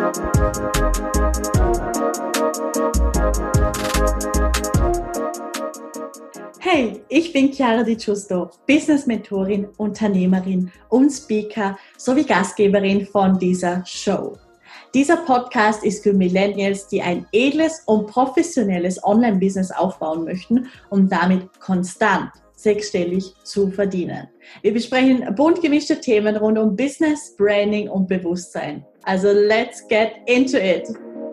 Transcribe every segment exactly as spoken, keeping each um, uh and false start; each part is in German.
Hey, ich bin Chiara Di Giusto, Business-Mentorin, Unternehmerin und Speaker sowie Gastgeberin von dieser Show. Dieser Podcast ist für Millennials, die ein edles und professionelles Online-Business aufbauen möchten, um damit konstant sechsstellig zu verdienen. Wir besprechen bunt gemischte Themen rund um Business, Branding und Bewusstsein. Also let's get into it!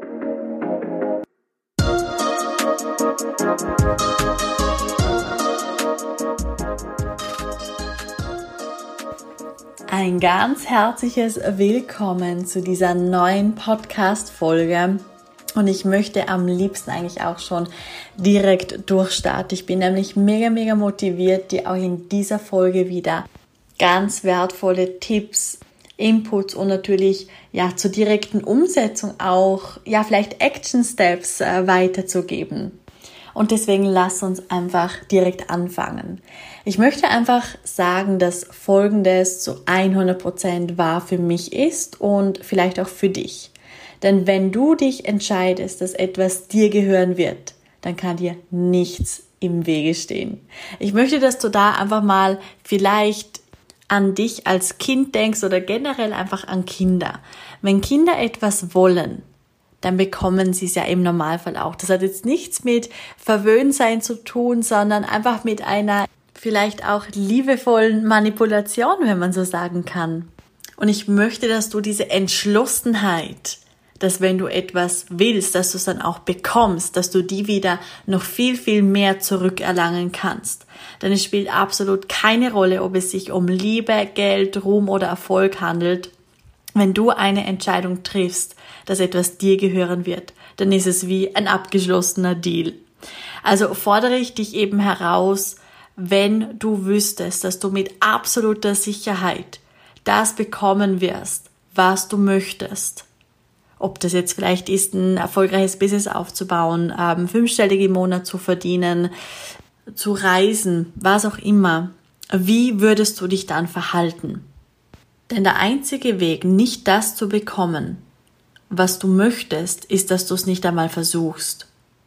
Ein ganz herzliches Willkommen zu dieser neuen Podcast-Folge. Und ich möchte am liebsten eigentlich auch schon direkt durchstarten. Ich bin nämlich mega, mega motiviert, dir auch in dieser Folge wieder ganz wertvolle Tipps, Inputs und natürlich ja zur direkten Umsetzung auch ja vielleicht Action Steps äh, weiterzugeben. Und deswegen lass uns einfach direkt anfangen. Ich möchte einfach sagen, dass Folgendes zu hundert Prozent wahr für mich ist und vielleicht auch für dich. Denn wenn du dich entscheidest, dass etwas dir gehören wird, dann kann dir nichts im Wege stehen. Ich möchte, dass du da einfach mal vielleicht an dich als Kind denkst oder generell einfach an Kinder. Wenn Kinder etwas wollen, dann bekommen sie es ja im Normalfall auch. Das hat jetzt nichts mit Verwöhntsein zu tun, sondern einfach mit einer vielleicht auch liebevollen Manipulation, wenn man so sagen kann. Und ich möchte, dass du diese Entschlossenheit, dass wenn du etwas willst, dass du es dann auch bekommst, dass du die wieder noch viel, viel mehr zurückerlangen kannst. Denn es spielt absolut keine Rolle, ob es sich um Liebe, Geld, Ruhm oder Erfolg handelt. Wenn du eine Entscheidung triffst, dass etwas dir gehören wird, dann ist es wie ein abgeschlossener Deal. Also fordere ich dich eben heraus, wenn du wüsstest, dass du mit absoluter Sicherheit das bekommen wirst, was du möchtest. Ob das jetzt vielleicht ist, ein erfolgreiches Business aufzubauen, ähm, fünfstellig im Monat zu verdienen, zu reisen, was auch immer. Wie würdest du dich dann verhalten? Denn der einzige Weg, nicht das zu bekommen, was du möchtest, ist, dass du es nicht einmal versuchst.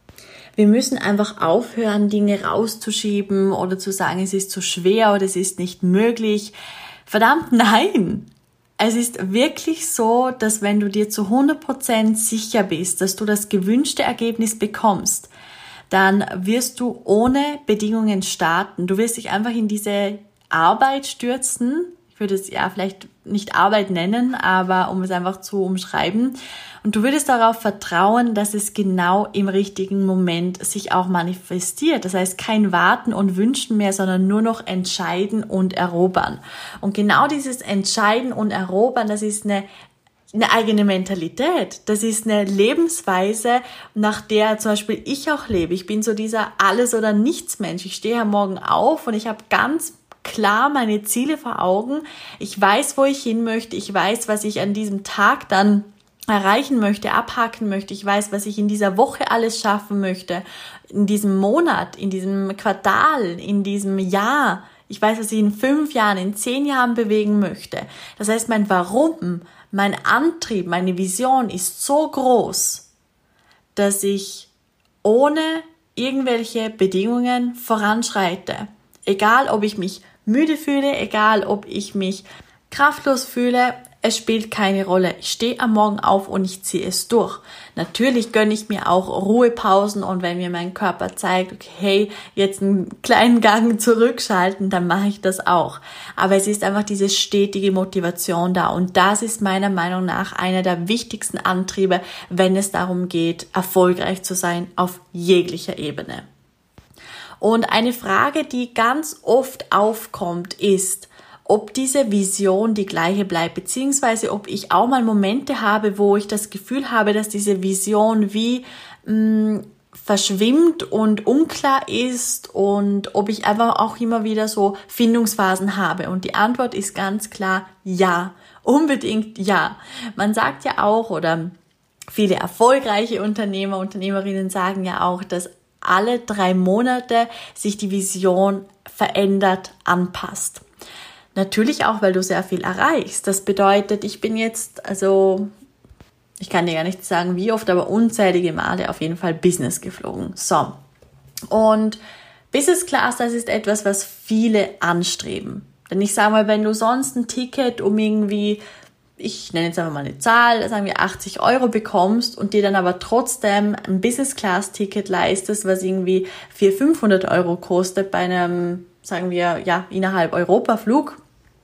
Wir müssen einfach aufhören, Dinge rauszuschieben oder zu sagen, es ist zu schwer oder es ist nicht möglich. Verdammt, nein! Es ist wirklich so, dass wenn du dir zu hundert Prozent sicher bist, dass du das gewünschte Ergebnis bekommst, dann wirst du ohne Bedingungen starten. Du wirst dich einfach in diese Arbeit stürzen. Ich würde es ja vielleicht nicht Arbeit nennen, aber um es einfach zu umschreiben. Und du würdest darauf vertrauen, dass es genau im richtigen Moment sich auch manifestiert. Das heißt, kein Warten und Wünschen mehr, sondern nur noch entscheiden und erobern. Und genau dieses Entscheiden und Erobern, das ist eine eine eigene Mentalität. Das ist eine Lebensweise, nach der zum Beispiel ich auch lebe. Ich bin so dieser Alles- oder Nichts-Mensch. Ich stehe am Morgen auf und ich habe ganz klar meine Ziele vor Augen. Ich weiß, wo ich hin möchte. Ich weiß, was ich an diesem Tag dann erreichen möchte, abhaken möchte. Ich weiß, was ich in dieser Woche alles schaffen möchte, in diesem Monat, in diesem Quartal, in diesem Jahr. Ich weiß, was ich in fünf Jahren, in zehn Jahren bewegen möchte. Das heißt, mein Warum, mein Antrieb, meine Vision ist so groß, dass ich ohne irgendwelche Bedingungen voranschreite. Egal, ob ich mich müde fühle, egal, ob ich mich kraftlos fühle, es spielt keine Rolle. Ich stehe am Morgen auf und ich ziehe es durch. Natürlich gönne ich mir auch Ruhepausen und wenn mir mein Körper zeigt, okay, hey, jetzt einen kleinen Gang zurückschalten, dann mache ich das auch. Aber es ist einfach diese stetige Motivation da und das ist meiner Meinung nach einer der wichtigsten Antriebe, wenn es darum geht, erfolgreich zu sein auf jeglicher Ebene. Und eine Frage, die ganz oft aufkommt, ist, ob diese Vision die gleiche bleibt, beziehungsweise ob ich auch mal Momente habe, wo ich das Gefühl habe, dass diese Vision wie mh, verschwimmt und unklar ist und ob ich einfach auch immer wieder so Findungsphasen habe. Und die Antwort ist ganz klar ja, unbedingt ja. Man sagt ja auch, oder viele erfolgreiche Unternehmer, Unternehmerinnen sagen ja auch, dass alle drei Monate sich die Vision verändert, anpasst. Natürlich auch, weil du sehr viel erreichst. Das bedeutet, ich bin jetzt, also ich kann dir gar nicht sagen, wie oft, aber unzählige Male auf jeden Fall Business geflogen. So. Und Business Class, das ist etwas, was viele anstreben. Denn ich sage mal, wenn du sonst ein Ticket um irgendwie, ich nenne jetzt einfach mal eine Zahl, sagen wir achtzig Euro bekommst und dir dann aber trotzdem ein Business Class Ticket leistest, was irgendwie vierhundert, fünfhundert Euro kostet bei einem, sagen wir, ja, innerhalb Europa-Flug,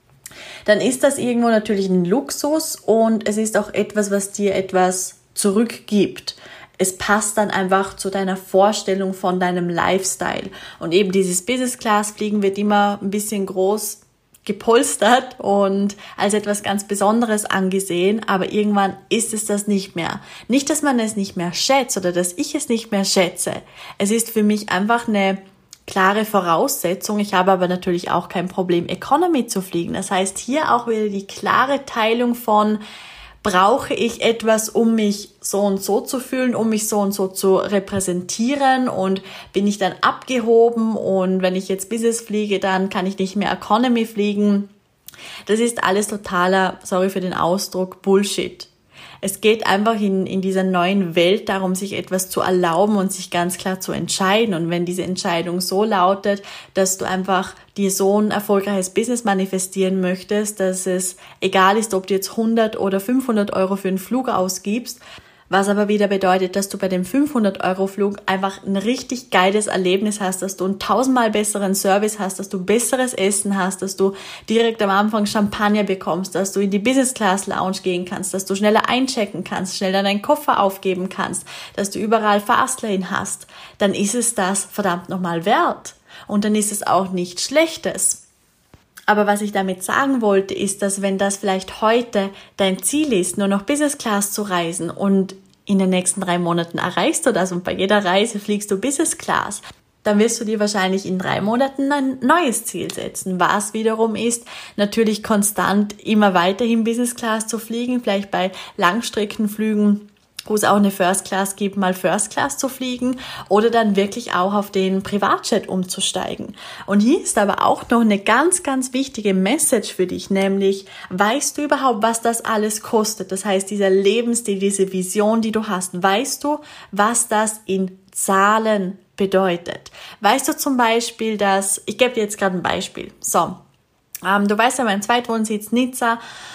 dann ist das irgendwo natürlich ein Luxus und es ist auch etwas, was dir etwas zurückgibt. Es passt dann einfach zu deiner Vorstellung von deinem Lifestyle. Und eben dieses Business Class Fliegen wird immer ein bisschen groß gepolstert und als etwas ganz Besonderes angesehen, aber irgendwann ist es das nicht mehr. Nicht, dass man es nicht mehr schätzt oder dass ich es nicht mehr schätze. Es ist für mich einfach eine klare Voraussetzung. Ich habe aber natürlich auch kein Problem, Economy zu fliegen. Das heißt, hier auch wieder die klare Teilung von, brauche ich etwas, um mich so und so zu fühlen, um mich so und so zu repräsentieren und bin ich dann abgehoben und wenn ich jetzt Business fliege, dann kann ich nicht mehr Economy fliegen. Das ist alles totaler, sorry für den Ausdruck, Bullshit. Es geht einfach in, in dieser neuen Welt darum, sich etwas zu erlauben und sich ganz klar zu entscheiden. Und wenn diese Entscheidung so lautet, dass du einfach dir so ein erfolgreiches Business manifestieren möchtest, dass es egal ist, ob du jetzt hundert oder fünfhundert Euro für einen Flug ausgibst, was aber wieder bedeutet, dass du bei dem fünfhundert Euro Flug einfach ein richtig geiles Erlebnis hast, dass du einen tausendmal besseren Service hast, dass du besseres Essen hast, dass du direkt am Anfang Champagner bekommst, dass du in die Business Class Lounge gehen kannst, dass du schneller einchecken kannst, schneller deinen Koffer aufgeben kannst, dass du überall Fastlane hast, dann ist es das verdammt nochmal wert. Und dann ist es auch nichts Schlechtes. Aber was ich damit sagen wollte, ist, dass wenn das vielleicht heute dein Ziel ist, nur noch Business Class zu reisen und in den nächsten drei Monaten erreichst du das und bei jeder Reise fliegst du Business Class, dann wirst du dir wahrscheinlich in drei Monaten ein neues Ziel setzen, was wiederum ist, natürlich konstant immer weiterhin Business Class zu fliegen, vielleicht bei Langstreckenflügen, wo es auch eine First Class gibt, mal First Class zu fliegen oder dann wirklich auch auf den Privatjet umzusteigen. Und hier ist aber auch noch eine ganz, ganz wichtige Message für dich, nämlich, weißt du überhaupt, was das alles kostet? Das heißt, dieser Lebensstil, diese Vision, die du hast, weißt du, was das in Zahlen bedeutet? Weißt du zum Beispiel, dass, ich gebe dir jetzt gerade ein Beispiel, so, ähm, du weißt ja, mein Zweitwohnsitz Nizza,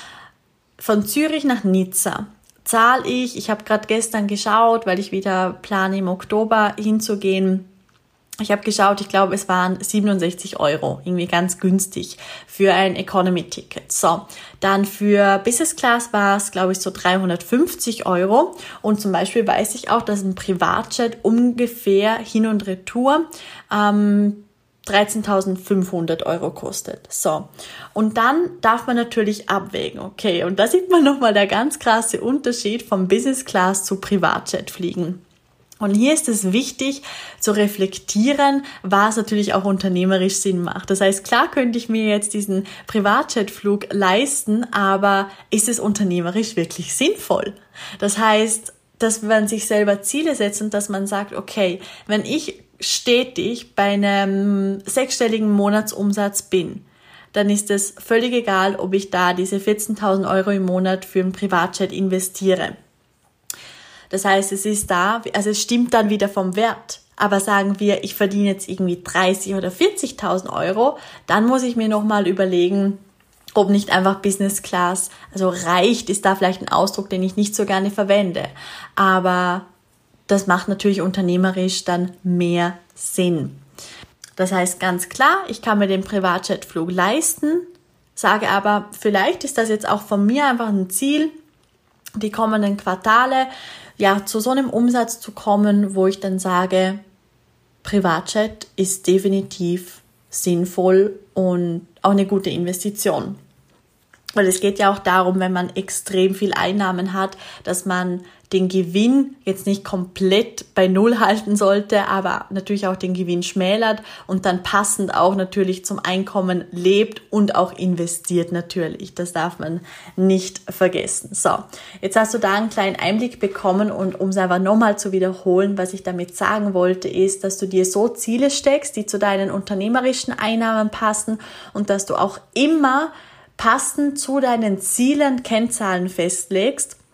von Zürich nach Nizza, zahle ich, ich habe gerade gestern geschaut, weil ich wieder plane im Oktober hinzugehen, ich habe geschaut, ich glaube es waren siebenundsechzig Euro, irgendwie ganz günstig für ein Economy-Ticket. So, dann für Business Class war es, glaube ich, so dreihundertfünfzig Euro und zum Beispiel weiß ich auch, dass ein Privatjet ungefähr hin und retour ähm, dreizehntausendfünfhundert Euro kostet. So. Und dann darf man natürlich abwägen, okay, und da sieht man nochmal der ganz krasse Unterschied vom Business Class zu Privatjet fliegen. Und hier ist es wichtig zu reflektieren, was natürlich auch unternehmerisch Sinn macht. Das heißt, klar könnte ich mir jetzt diesen Privatjetflug leisten, aber ist es unternehmerisch wirklich sinnvoll? Das heißt, dass man sich selber Ziele setzt und dass man sagt, okay, wenn ich stetig bei einem sechsstelligen Monatsumsatz bin, dann ist es völlig egal, ob ich da diese vierzehntausend Euro im Monat für einen Privatjet investiere. Das heißt, es ist da, also es stimmt dann wieder vom Wert. Aber sagen wir, ich verdiene jetzt irgendwie dreißig oder vierzigtausend Euro, dann muss ich mir nochmal überlegen, ob nicht einfach Business Class, also reicht, ist da vielleicht ein Ausdruck, den ich nicht so gerne verwende. Aber das macht natürlich unternehmerisch dann mehr Sinn. Das heißt ganz klar, ich kann mir den Privatjetflug leisten, sage aber, vielleicht ist das jetzt auch von mir einfach ein Ziel, die kommenden Quartale, ja, zu so einem Umsatz zu kommen, wo ich dann sage, Privatjet ist definitiv sinnvoll und auch eine gute Investition. Weil es geht ja auch darum, wenn man extrem viel Einnahmen hat, dass man den Gewinn jetzt nicht komplett bei Null halten sollte, aber natürlich auch den Gewinn schmälert und dann passend auch natürlich zum Einkommen lebt und auch investiert natürlich. Das darf man nicht vergessen. So, jetzt hast du da einen kleinen Einblick bekommen und um es aber nochmal zu wiederholen, was ich damit sagen wollte, ist, dass du dir so Ziele steckst, die zu deinen unternehmerischen Einnahmen passen und dass du auch immer passend zu deinen Zielen Kennzahlen festlegst,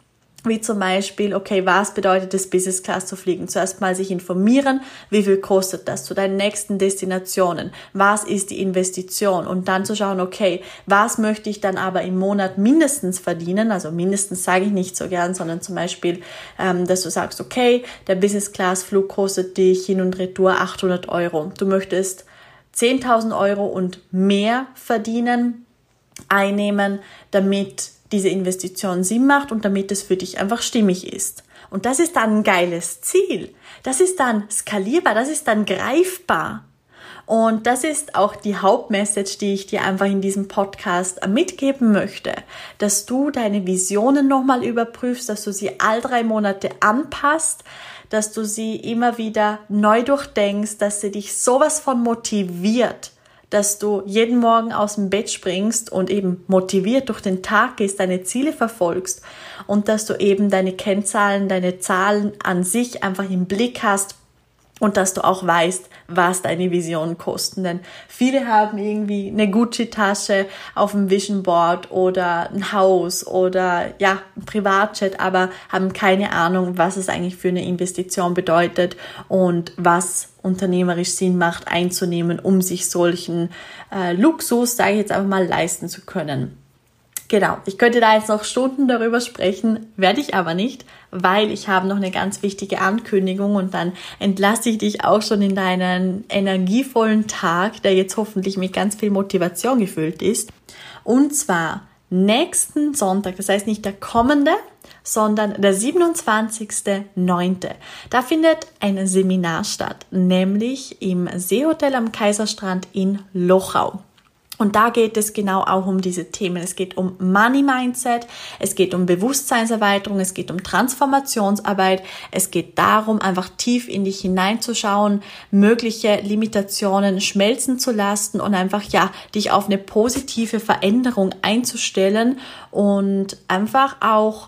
wie zum Beispiel, okay, was bedeutet es, Business Class zu fliegen? Zuerst mal sich informieren, wie viel kostet das zu deinen nächsten Destinationen? Was ist die Investition? Und dann zu schauen, okay, was möchte ich dann aber im Monat mindestens verdienen? Also mindestens sage ich nicht so gern, sondern zum Beispiel, ähm, dass du sagst, okay, der Business Class Flug kostet dich hin und retour achthundert Euro. Du möchtest zehntausend Euro und mehr verdienen, einnehmen, damit diese Investition Sinn macht und damit es für dich einfach stimmig ist. Und das ist dann ein geiles Ziel. Das ist dann skalierbar, das ist dann greifbar. Und das ist auch die Hauptmessage, die ich dir einfach in diesem Podcast mitgeben möchte, dass du deine Visionen nochmal überprüfst, dass du sie all drei Monate anpasst, dass du sie immer wieder neu durchdenkst, dass sie dich sowas von motiviert, dass du jeden Morgen aus dem Bett springst und eben motiviert durch den Tag gehst, deine Ziele verfolgst und dass du eben deine Kennzahlen, deine Zahlen an sich einfach im Blick hast und dass du auch weißt, was deine Visionen kosten. Denn viele haben irgendwie eine Gucci-Tasche auf dem Vision Board oder ein Haus oder ja, ein Privatjet, aber haben keine Ahnung, was es eigentlich für eine Investition bedeutet und was unternehmerisch Sinn macht einzunehmen, um sich solchen äh, Luxus, sage ich jetzt einfach mal, leisten zu können. Genau, ich könnte da jetzt noch Stunden darüber sprechen, werde ich aber nicht, weil ich habe noch eine ganz wichtige Ankündigung und dann entlasse ich dich auch schon in deinen energievollen Tag, der jetzt hoffentlich mit ganz viel Motivation gefüllt ist. Und zwar nächsten Sonntag, das heißt nicht der kommende, sondern der siebenundzwanzigster neunte Da findet ein Seminar statt, nämlich im Seehotel am Kaiserstrand in Lochau. Und da geht es genau auch um diese Themen. Es geht um Money Mindset, es geht um Bewusstseinserweiterung, es geht um Transformationsarbeit, es geht darum, einfach tief in dich hineinzuschauen, mögliche Limitationen schmelzen zu lassen und einfach, ja, dich auf eine positive Veränderung einzustellen und einfach auch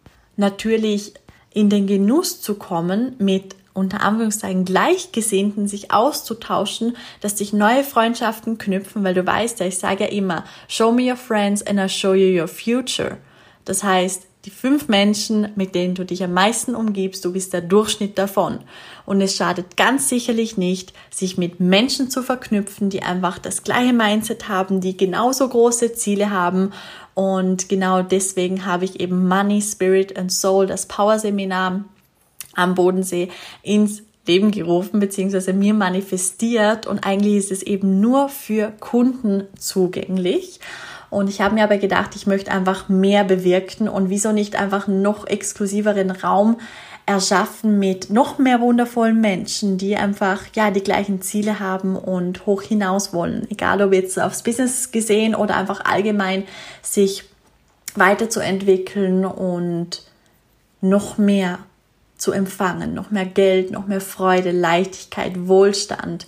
natürlich in den Genuss zu kommen, mit unter Anführungszeichen Gleichgesinnten sich auszutauschen, dass sich neue Freundschaften knüpfen, weil du weißt ja, ich sage ja immer, show me your friends and I'll show you your future. Das heißt, die fünf Menschen, mit denen du dich am meisten umgibst, du bist der Durchschnitt davon. Und es schadet ganz sicherlich nicht, sich mit Menschen zu verknüpfen, die einfach das gleiche Mindset haben, die genauso große Ziele haben. Und genau deswegen habe ich eben Money, Spirit and Soul, das Power-Seminar am Bodensee, ins Leben gerufen bzw. mir manifestiert und eigentlich ist es eben nur für Kunden zugänglich. Und ich habe mir aber gedacht, ich möchte einfach mehr bewirken und wieso nicht einfach einen noch exklusiveren Raum erschaffen mit noch mehr wundervollen Menschen, die einfach ja die gleichen Ziele haben und hoch hinaus wollen. Egal ob jetzt aufs Business gesehen oder einfach allgemein sich weiterzuentwickeln und noch mehr zu empfangen, noch mehr Geld, noch mehr Freude, Leichtigkeit, Wohlstand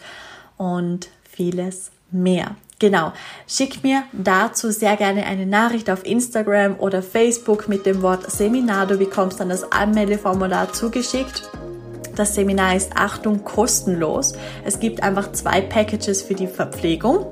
und vieles mehr. Genau, schick mir dazu sehr gerne eine Nachricht auf Instagram oder Facebook mit dem Wort Seminar. Du bekommst dann das Anmeldeformular zugeschickt. Das Seminar ist, Achtung, kostenlos. Es gibt einfach zwei Packages für die Verpflegung,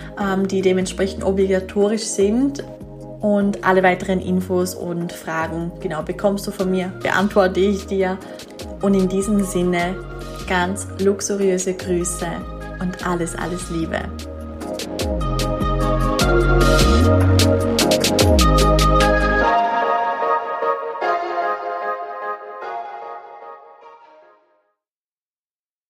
die dementsprechend obligatorisch sind. Und alle weiteren Infos und Fragen, genau, bekommst du von mir, beantworte ich dir. Und in diesem Sinne, ganz luxuriöse Grüße und alles, alles Liebe.